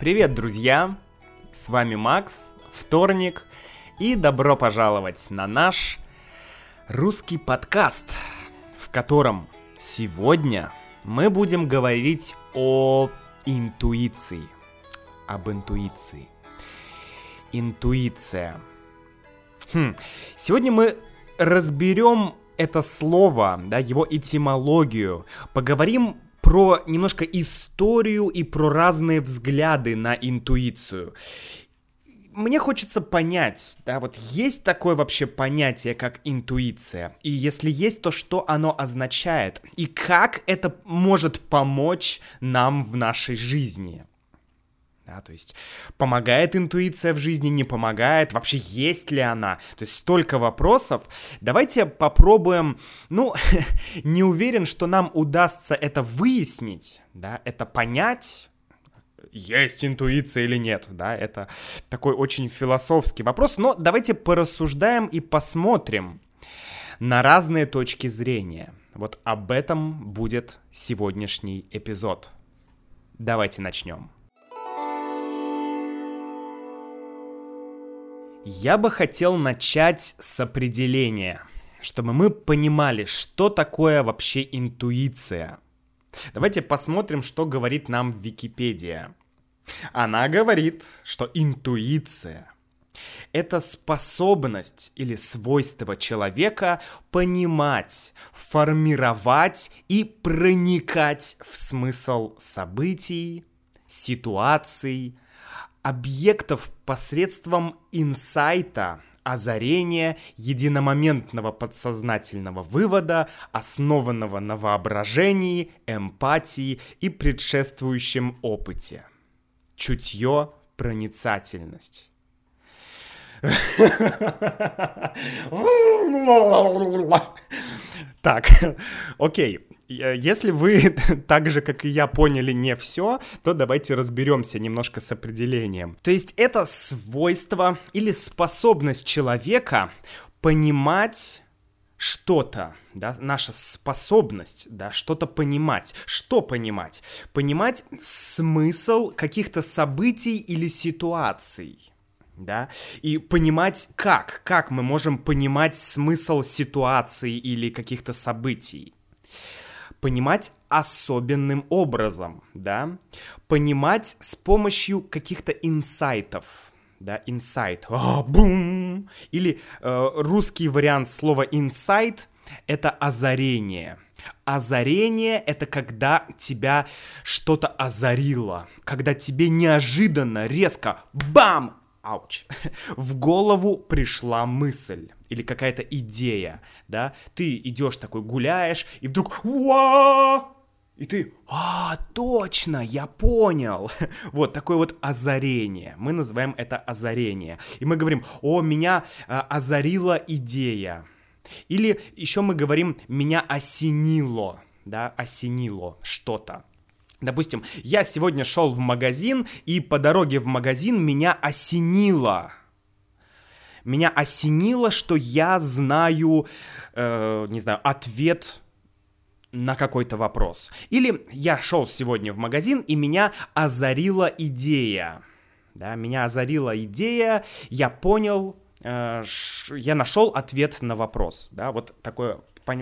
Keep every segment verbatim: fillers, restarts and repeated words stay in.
Привет, друзья! С вами Макс, вторник, и добро пожаловать на наш русский подкаст, в котором сегодня мы будем говорить о интуиции, об интуиции. Интуиция. Хм. Сегодня мы разберем это слово, да, его этимологию, поговорим про немножко историю и про разные взгляды на интуицию. Мне хочется понять, да, вот есть такое вообще понятие, как интуиция? И если есть, то что оно означает? И как это может помочь нам в нашей жизни? Да, то есть, помогает интуиция в жизни, не помогает? Вообще, есть ли она? То есть, столько вопросов. Давайте попробуем, ну, не уверен, что нам удастся это выяснить, да, это понять, есть интуиция или нет, да, это такой очень философский вопрос, но давайте порассуждаем и посмотрим на разные точки зрения. Вот об этом будет сегодняшний эпизод. Давайте начнем. Я бы хотел начать с определения, чтобы мы понимали, что такое вообще интуиция. Давайте посмотрим, что говорит нам Википедия. Она говорит, что интуиция — это способность или свойство человека понимать, формировать и проникать в смысл событий, ситуаций, объектов посредством инсайта, озарения, единомоментного подсознательного вывода, основанного на воображении, эмпатии и предшествующем опыте. Чутье, проницательность. Так, окей. Если вы так же, как и я, поняли не все, то давайте разберемся немножко с определением. То есть это свойство или способность человека понимать что-то, да, наша способность, да, что-то понимать. Что понимать? Понимать смысл каких-то событий или ситуаций. Да, и понимать как, как мы можем понимать смысл ситуации или каких-то событий. Понимать особенным образом, да, понимать с помощью каких-то инсайтов, да, инсайт, а, бум, или э, русский вариант слова инсайт — это озарение. Озарение — это когда тебя что-то озарило, когда тебе неожиданно, резко, бам! Ауч. В голову пришла мысль или какая-то идея, да? Ты идешь такой, гуляешь, и вдруг уа! И ты, а, точно, я понял. Вот такое вот озарение. Мы называем это озарение. И мы говорим, о, меня а, озарила идея. Или еще мы говорим, меня осенило, да, осенило что-то. Допустим, я сегодня шел в магазин, и по дороге в магазин меня осенило. Меня осенило, что я знаю, э, не знаю, ответ на какой-то вопрос. Или я шел сегодня в магазин, и меня озарила идея. Да, меня озарила идея, я понял, э, ш, я нашел ответ на вопрос. Да, вот такое...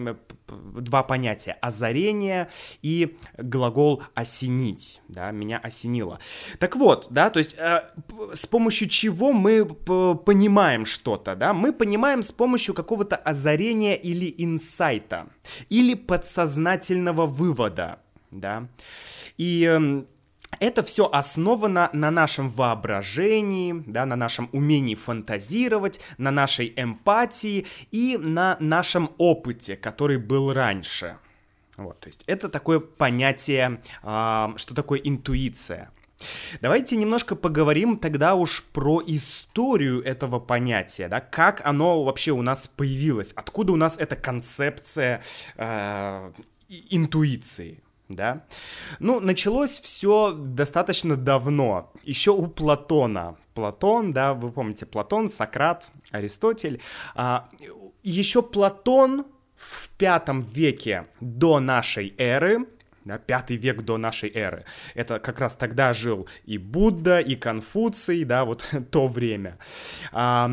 Два понятия: озарение и глагол осенить, да, меня осенило. Так вот, да, то есть э, с помощью чего мы п- понимаем что-то, да, мы понимаем с помощью какого-то озарения или инсайта, или подсознательного вывода, да, и э, это все основано на нашем воображении, да, на нашем умении фантазировать, на нашей эмпатии и на нашем опыте, который был раньше. Вот, то есть это такое понятие, э, что такое интуиция. Давайте немножко поговорим тогда уж про историю этого понятия, да, как оно вообще у нас появилось, откуда у нас эта концепция э, интуиции. Да? Ну, началось все достаточно давно, еще у Платона. Платон, да, вы помните, Платон, Сократ, Аристотель. А, еще Платон в пятом веке до нашей эры, Да, пятый век до нашей эры. Это как раз тогда жил и Будда, и Конфуций, да, вот то время. А,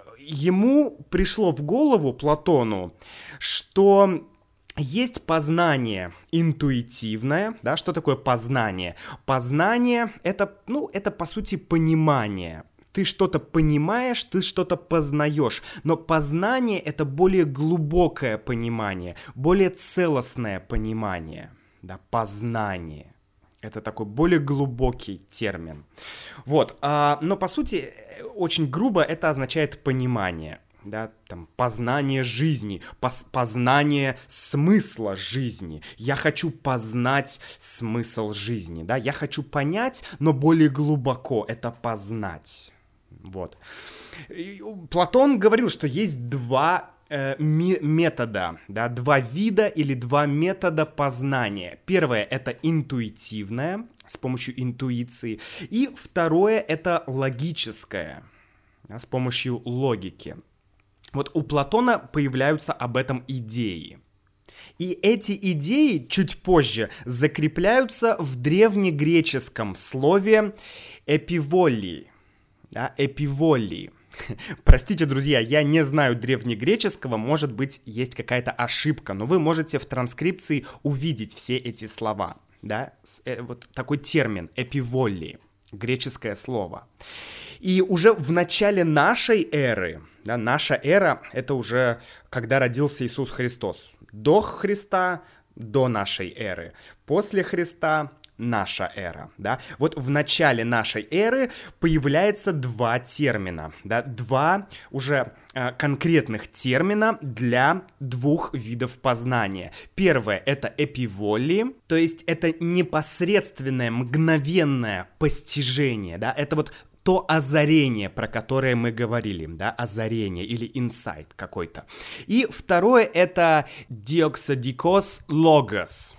ему пришло в голову, Платону, что есть познание интуитивное, да, что такое познание? Познание — это, ну, это по сути понимание. Ты что-то понимаешь, ты что-то познаешь, но познание — это более глубокое понимание, более целостное понимание. Да, познание. Это такой более глубокий термин. Вот, а, но по сути, очень грубо это означает понимание. Да, там, познание жизни, пос- познание смысла жизни. Я хочу познать смысл жизни, да, я хочу понять, но более глубоко это познать. Вот. И Платон говорил, что есть два метода, да, два вида или два метода познания. Первое — это интуитивное, с помощью интуиции, и второе — это логическое, да, с помощью логики. Вот у Платона появляются об этом идеи. И эти идеи чуть позже закрепляются в древнегреческом слове эпиволии, да, эпиволии. Простите, друзья, я не знаю древнегреческого, может быть, есть какая-то ошибка, но вы можете в транскрипции увидеть все эти слова, да, вот такой термин эпиволии, греческое слово. И уже в начале нашей эры, да, наша эра — это уже когда родился Иисус Христос, до Христа, до нашей эры, после Христа — наша эра, да. Вот в начале нашей эры появляется два термина, да, два уже э, конкретных термина для двух видов познания. Первое — это эпиволии, то есть это непосредственное, мгновенное постижение, да, это вот то озарение, про которое мы говорили, да, озарение или инсайт какой-то. И второе — это диоксодикос логос.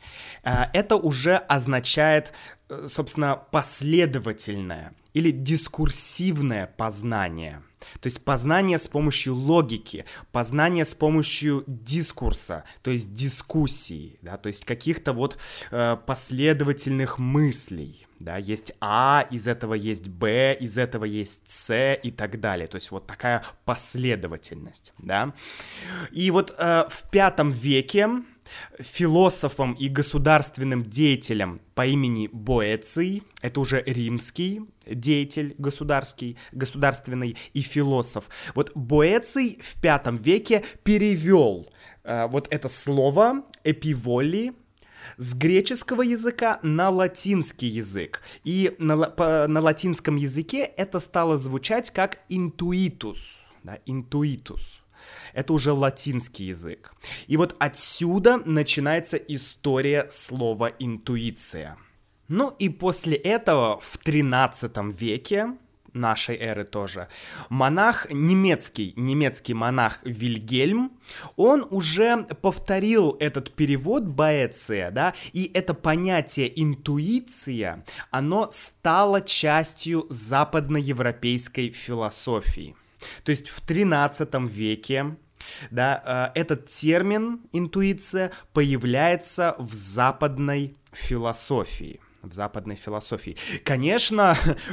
Это уже означает, собственно, последовательное или дискурсивное познание. То есть познание с помощью логики, познание с помощью дискурса, то есть дискуссии, да, то есть каких-то вот э, последовательных мыслей. Да, есть А, из этого есть Б, из этого есть С и так далее. То есть вот такая последовательность, да. И вот э, в пятом веке философом и государственным деятелем по имени Боэций, это уже римский деятель государский, государственный и философ. Вот Боэций в пятом веке перевел э, вот это слово эпиволии с греческого языка на латинский язык. И на, по, на латинском языке это стало звучать как интуитус, да, интуитус. Это уже латинский язык. И вот отсюда начинается история слова «интуиция». Ну и после этого в тринадцатом веке нашей эры тоже, монах, немецкий, немецкий монах Вильгельм, он уже повторил этот перевод Боэция, да, и это понятие интуиция, оно стало частью западноевропейской философии. То есть в тринадцатом веке, да, этот термин интуиция появляется в западной философии. В западной философии. Конечно,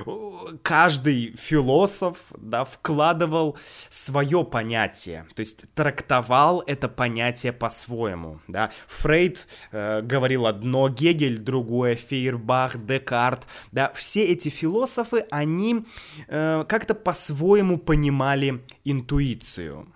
каждый философ, да, вкладывал свое понятие, то есть трактовал это понятие по-своему. Да. Фрейд э, говорил одно, Гегель другое, Фейербах, Декарт. Да. Все эти философы, они э, как-то по-своему понимали интуицию.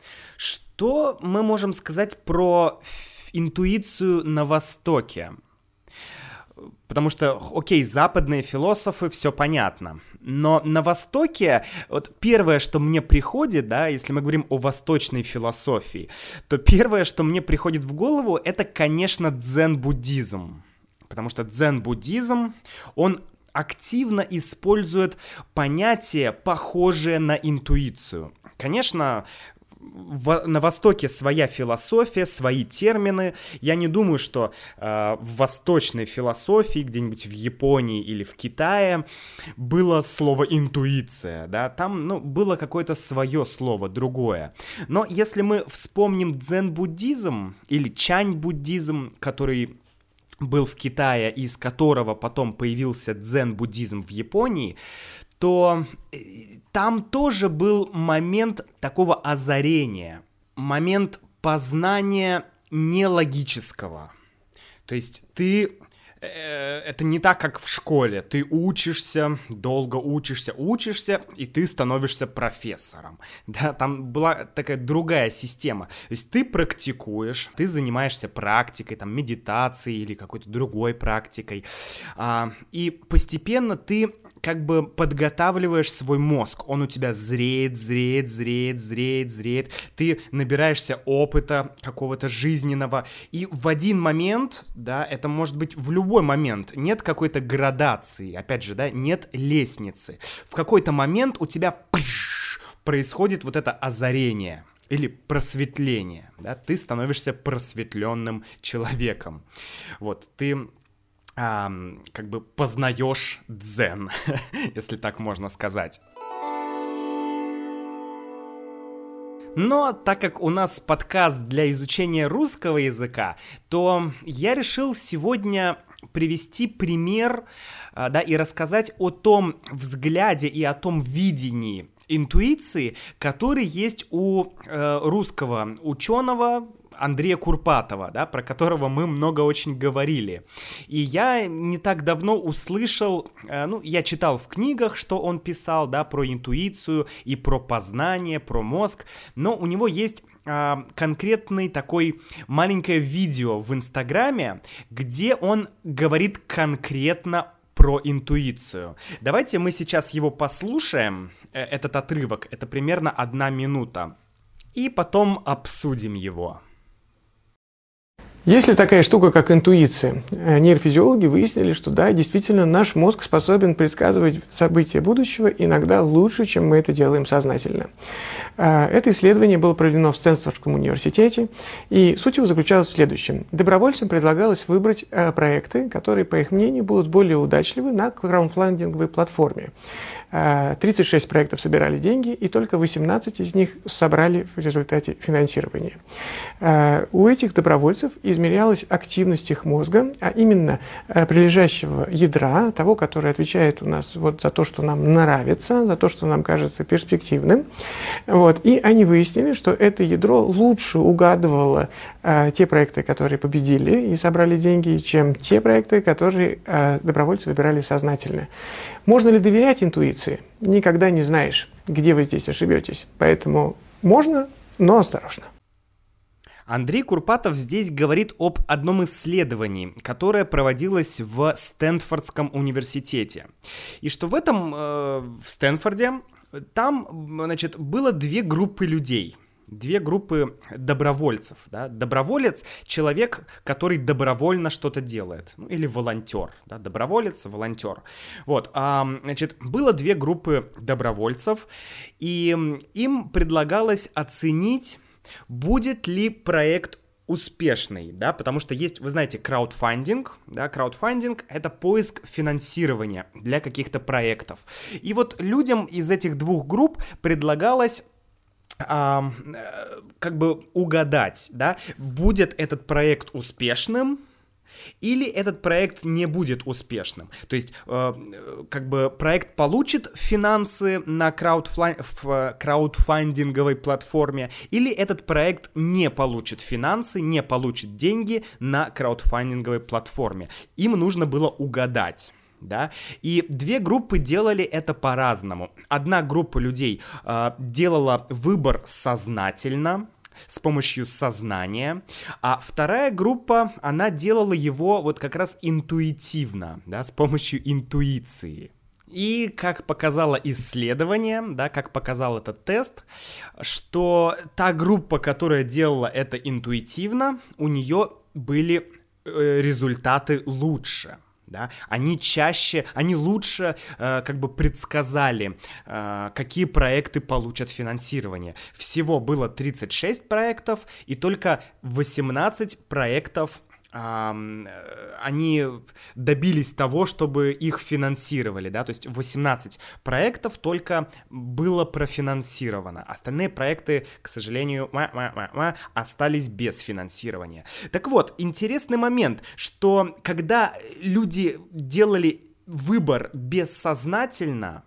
Что мы можем сказать про интуицию на Востоке? Потому что, окей, западные философы, все понятно. Но на Востоке, вот первое, что мне приходит, да, если мы говорим о восточной философии, то первое, что мне приходит в голову, это, конечно, дзен-буддизм. Потому что дзен-буддизм, он активно использует понятие, похожее на интуицию. Конечно, В, на Востоке своя философия, свои термины. Я не думаю, что э, в восточной философии, где-нибудь в Японии или в Китае, было слово интуиция, да, там, ну, было какое-то свое слово, другое. Но если мы вспомним дзен-буддизм или чань-буддизм, который был в Китае, из которого потом появился дзен-буддизм в Японии, то там тоже был момент такого озарения, момент познания нелогического. То есть ты... Это не так, как в школе. Ты учишься, долго учишься, учишься, и ты становишься профессором. Да, там была такая другая система. То есть ты практикуешь, ты занимаешься практикой, там, медитацией или какой-то другой практикой. А, и постепенно ты как бы подготавливаешь свой мозг. Он у тебя зреет, зреет, зреет, зреет, зреет. Ты набираешься опыта какого-то жизненного. И в один момент, да, это может быть в любой момент, нет какой-то градации, опять же, да, нет лестницы. В какой-то момент у тебя пш, происходит вот это озарение или просветление, да, ты становишься просветленным человеком. Вот, ты... А, как бы познаешь дзен, если так можно сказать. Но так как у нас подкаст для изучения русского языка, то я решил сегодня привести пример, да, и рассказать о том взгляде и о том видении интуиции, который есть у э, русского ученого Андрея Курпатова, да, про которого мы много очень говорили. И я не так давно услышал, э, ну, я читал в книгах, что он писал, да, про интуицию и про познание, про мозг, но у него есть э, конкретный такой маленькое видео в Инстаграме, где он говорит конкретно про интуицию. Давайте мы сейчас его послушаем, э, этот отрывок, это примерно одна минута, и потом обсудим его. Есть ли такая штука, как интуиция? Нейрофизиологи выяснили, что да, действительно, наш мозг способен предсказывать события будущего иногда лучше, чем мы это делаем сознательно. Это исследование было проведено в Стэнфордском университете, и суть его заключалась в следующем. Добровольцам предлагалось выбрать проекты, которые, по их мнению, будут более удачливы на краундфандинговой платформе. тридцать шесть проектов собирали деньги, и только восемнадцать из них собрали в результате финансирования. У этих добровольцев измерялась активность их мозга, а именно прилежащего ядра, того, который отвечает у нас вот за то, что нам нравится, за то, что нам кажется перспективным. Вот. И они выяснили, что это ядро лучше угадывало а, те проекты, которые победили и собрали деньги, чем те проекты, которые а, добровольцы выбирали сознательно. Можно ли доверять интуиции? Никогда не знаешь, где вы здесь ошибетесь. Поэтому можно, но осторожно. Андрей Курпатов здесь говорит об одном исследовании, которое проводилось в Стэнфордском университете. И что в этом, э, в Стэнфорде, там, значит, было две группы людей. Две группы добровольцев, да? Доброволец — человек, который добровольно что-то делает, ну, или волонтер, да? Доброволец, волонтер. Вот, а, значит, было две группы добровольцев, и им предлагалось оценить, будет ли проект успешный, да, потому что есть, вы знаете, краудфандинг, да, краудфандинг — это поиск финансирования для каких-то проектов. И вот людям из этих двух групп предлагалось А, как бы угадать, да, будет этот проект успешным или этот проект не будет успешным. То есть, э, как бы проект получит финансы на краудфла... в краудфандинговой платформе, или этот проект не получит финансы, не получит деньги на краудфандинговой платформе. Им нужно было угадать. Да? И две группы делали это по-разному. Одна группа людей э, делала выбор сознательно, с помощью сознания, а вторая группа, она делала его вот как раз интуитивно, да, с помощью интуиции. И как показало исследование, да, как показал этот тест, что та группа, которая делала это интуитивно, у нее были э, результаты лучше. Да, они чаще, они лучше э, как бы предсказали, э, какие проекты получат финансирование. Всего было тридцать шесть проектов, и только восемнадцать проектов они добились того, чтобы их финансировали, да, то есть восемнадцать проектов только было профинансировано, остальные проекты, к сожалению, остались без финансирования. Так вот, интересный момент, что когда люди делали выбор бессознательно,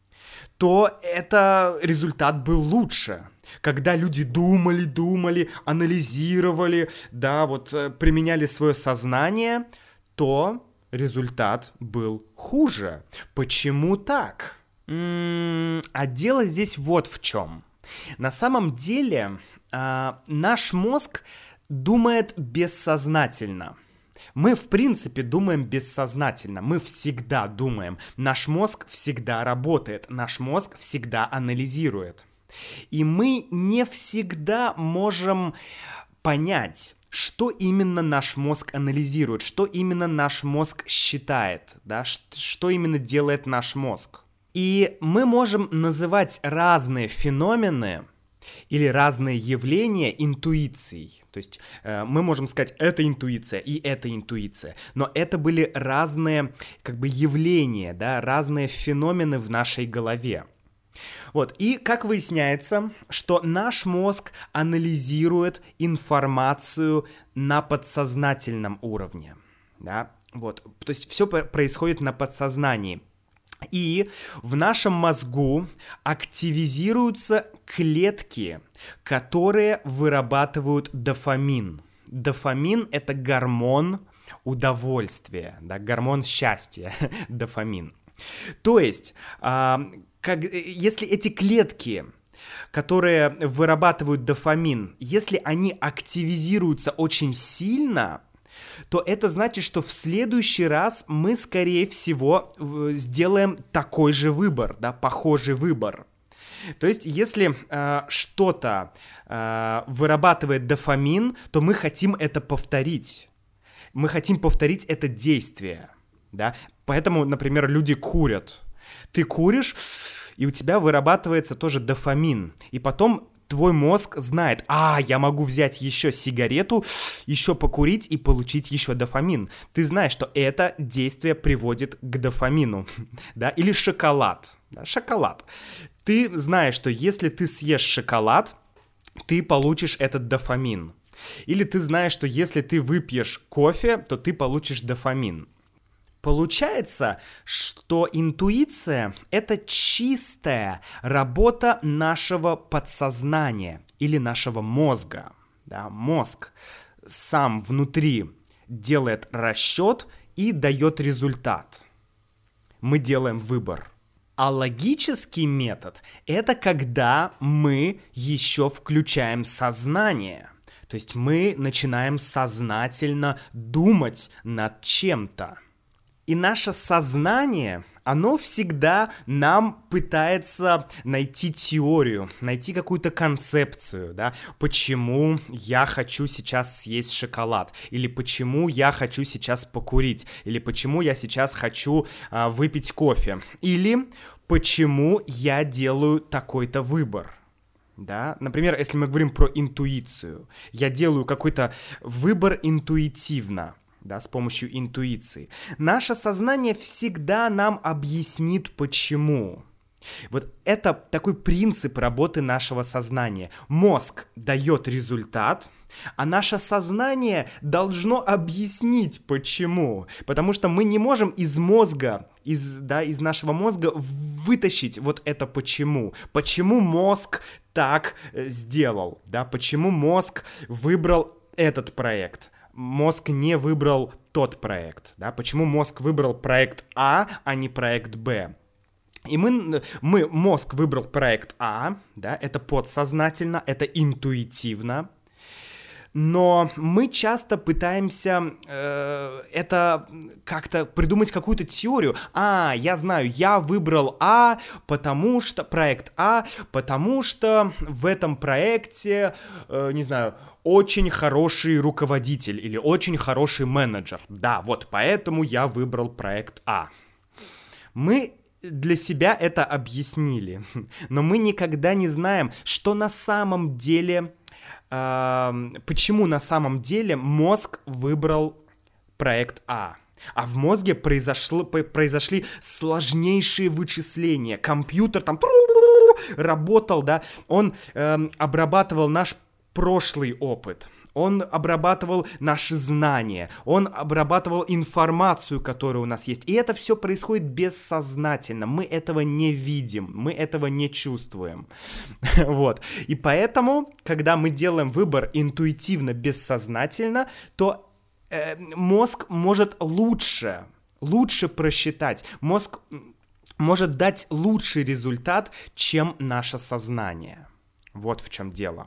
то это результат был лучше. Когда люди думали, думали, анализировали, да, вот применяли свое сознание, то результат был хуже. Почему так? М-м, а дело здесь вот в чем. На самом деле а, наш мозг думает бессознательно. Мы, в принципе, думаем бессознательно, мы всегда думаем, наш мозг всегда работает, наш мозг всегда анализирует. И мы не всегда можем понять, что именно наш мозг анализирует, что именно наш мозг считает, да, что именно делает наш мозг. И мы можем называть разные феномены или разные явления интуицией. То есть э, мы можем сказать, это интуиция и это интуиция. Но это были разные как бы явления, да, разные феномены в нашей голове. Вот, и как выясняется, что наш мозг анализирует информацию на подсознательном уровне, да, вот, то есть все происходит на подсознании. И в нашем мозгу активизируются клетки, которые вырабатывают дофамин. Дофамин — это гормон удовольствия, да, гормон счастья, дофамин. То есть, а, как, если эти клетки, которые вырабатывают дофамин, если они активизируются очень сильно, то это значит, что в следующий раз мы, скорее всего, сделаем такой же выбор, да, похожий выбор. То есть, если э, что-то э, вырабатывает дофамин, то мы хотим это повторить. Мы хотим повторить это действие, да. Поэтому, например, люди курят. Ты куришь, и у тебя вырабатывается тоже дофамин. И потом твой мозг знает, а, я могу взять еще сигарету, еще покурить и получить еще дофамин. Ты знаешь, что это действие приводит к дофамину, да, или шоколад, да, шоколад. Ты знаешь, что если ты съешь шоколад, ты получишь этот дофамин. Или ты знаешь, что если ты выпьешь кофе, то ты получишь дофамин. Получается, что интуиция — это чистая работа нашего подсознания или нашего мозга. Да, мозг сам внутри делает расчет и дает результат. Мы делаем выбор. А логический метод — это когда мы еще включаем сознание. То есть мы начинаем сознательно думать над чем-то. И наше сознание, оно всегда нам пытается найти теорию, найти какую-то концепцию, да, почему я хочу сейчас съесть шоколад, или почему я хочу сейчас покурить, или почему я сейчас хочу а, выпить кофе, или почему я делаю такой-то выбор. Да? Например, если мы говорим про интуицию, я делаю какой-то выбор интуитивно. Да, с помощью интуиции. Наше сознание всегда нам объяснит, почему. Вот это такой принцип работы нашего сознания. Мозг дает результат, а наше сознание должно объяснить, почему. Потому что мы не можем из мозга, из, да, из нашего мозга вытащить вот это почему. Почему мозг так сделал? Да? Почему мозг выбрал этот проект? Мозг не выбрал тот проект, да? Почему мозг выбрал проект А, а не проект Б? И мы, мы, мозг выбрал проект А, да, это подсознательно, это интуитивно, но мы часто пытаемся э, это как-то придумать какую-то теорию. А, я знаю, я выбрал А, потому что проект А, потому что в этом проекте, э, не знаю, очень хороший руководитель или очень хороший менеджер. Да, вот поэтому я выбрал проект А. Мы для себя это объяснили, но мы никогда не знаем, что на самом деле э, почему на самом деле мозг выбрал проект А. А в мозге произошло, произошли сложнейшие вычисления. Компьютер там работал, да, он э, обрабатывал наш прошлый опыт. Он обрабатывал наши знания, он обрабатывал информацию, которая у нас есть. И это все происходит бессознательно. Мы этого не видим, мы этого не чувствуем. Вот. И поэтому, когда мы делаем выбор интуитивно, бессознательно, то э, мозг может лучше, лучше просчитать. Мозг может дать лучший результат, чем наше сознание. Вот в чем дело.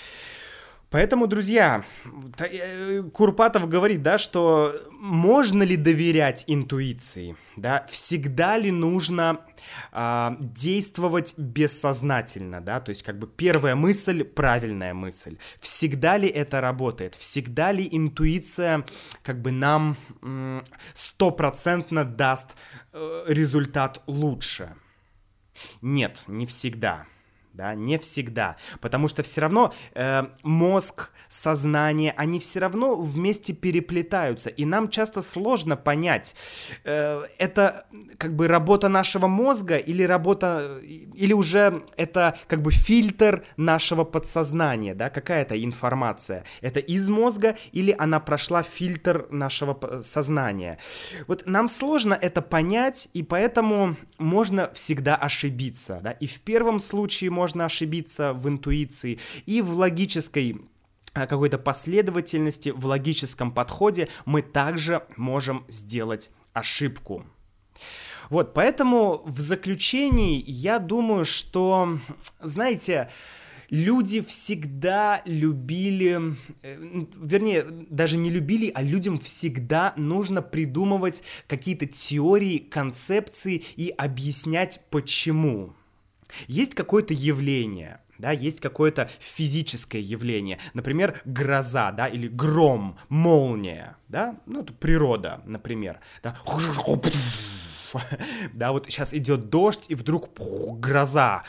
Поэтому, друзья, Курпатов говорит, да, что можно ли доверять интуиции, да, всегда ли нужно а, действовать бессознательно, да, то есть как бы первая мысль, правильная мысль, всегда ли это работает, всегда ли интуиция как бы нам стопроцентно даст э, результат лучше? Нет, не всегда. Да, не всегда, потому что все равно э, мозг, сознание, они все равно вместе переплетаются, и нам часто сложно понять, э, это как бы работа нашего мозга или работа, или уже это как бы фильтр нашего подсознания, да, какая-то информация, это из мозга или она прошла фильтр нашего сознания. Вот нам сложно это понять, и поэтому можно всегда ошибиться, да, и в первом случае можно можно ошибиться в интуиции, и в логической какой-то последовательности, в логическом подходе мы также можем сделать ошибку. Вот, поэтому в заключении я думаю, что, знаете, люди всегда любили, вернее, даже не любили, а людям всегда нужно придумывать какие-то теории, концепции и объяснять почему. Есть какое-то явление, да, есть какое-то физическое явление, например, гроза, да, или гром, молния, да, ну, это природа, например, да, да, вот сейчас идет дождь, и вдруг гроза,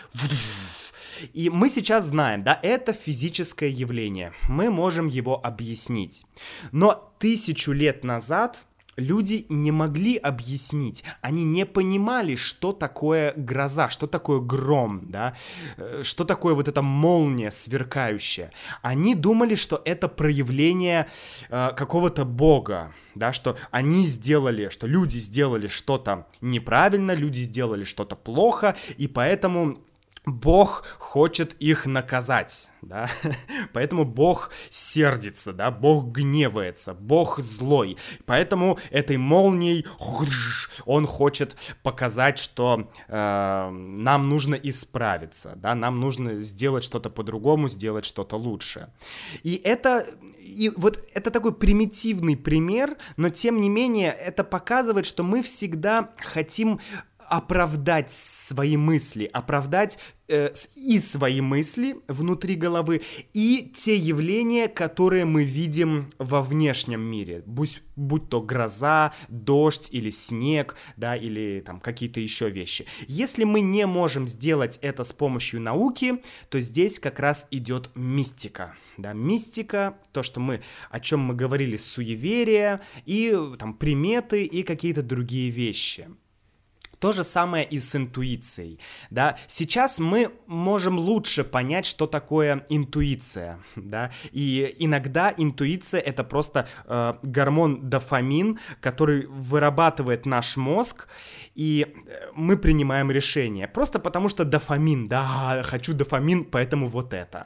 и мы сейчас знаем, да, это физическое явление, мы можем его объяснить, но тысячу лет назад люди не могли объяснить, они не понимали, что такое гроза, что такое гром, да, что такое вот эта молния сверкающая. Они думали, что это проявление э, какого-то бога, да, что они сделали, что люди сделали что-то неправильно, люди сделали что-то плохо, и поэтому Бог хочет их наказать, да, поэтому Бог сердится, да, Бог гневается, Бог злой, поэтому этой молнией он хочет показать, что э, нам нужно исправиться, да, нам нужно сделать что-то по-другому, сделать что-то лучше. И это, и вот это такой примитивный пример, но тем не менее это показывает, что мы всегда хотим оправдать свои мысли, оправдать э, и свои мысли внутри головы, и те явления, которые мы видим во внешнем мире, будь, будь то гроза, дождь или снег, да, или там какие-то еще вещи. Если мы не можем сделать это с помощью науки, то здесь как раз идет мистика, да, мистика, то, что мы, о чем мы говорили, суеверия и там приметы и какие-то другие вещи. То же самое и с интуицией, да, сейчас мы можем лучше понять, что такое интуиция, да, и иногда интуиция — это просто э, гормон дофамин, который вырабатывает наш мозг, и мы принимаем решение, просто потому что дофамин, да, хочу дофамин, поэтому вот это.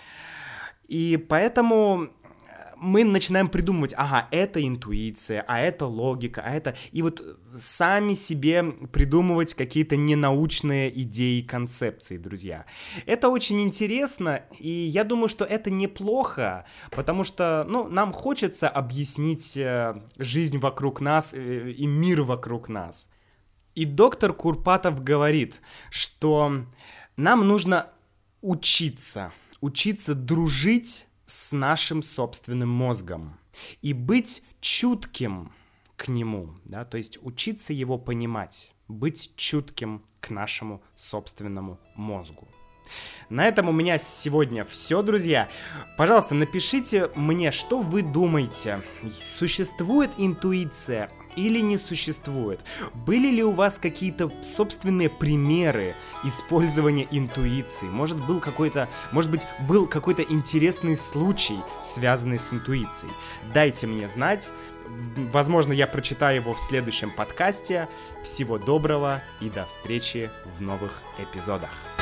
И поэтому мы начинаем придумывать, ага, это интуиция, а это логика, а это... И вот сами себе придумывать какие-то ненаучные идеи, концепции, друзья. Это очень интересно, и я думаю, что это неплохо, потому что, ну, нам хочется объяснить э, жизнь вокруг нас э, и мир вокруг нас. И доктор Курпатов говорит, что нам нужно учиться, учиться дружить с нашим собственным мозгом и быть чутким к нему, да, то есть учиться его понимать, быть чутким к нашему собственному мозгу. На этом у меня сегодня все, друзья. Пожалуйста, напишите мне, что вы думаете. Существует интуиция или не существует? Были ли у вас какие-то собственные примеры использования интуиции? Может, был какой-то, может быть, был какой-то интересный случай, связанный с интуицией? Дайте мне знать. Возможно, я прочитаю его в следующем подкасте. Всего доброго и до встречи в новых эпизодах.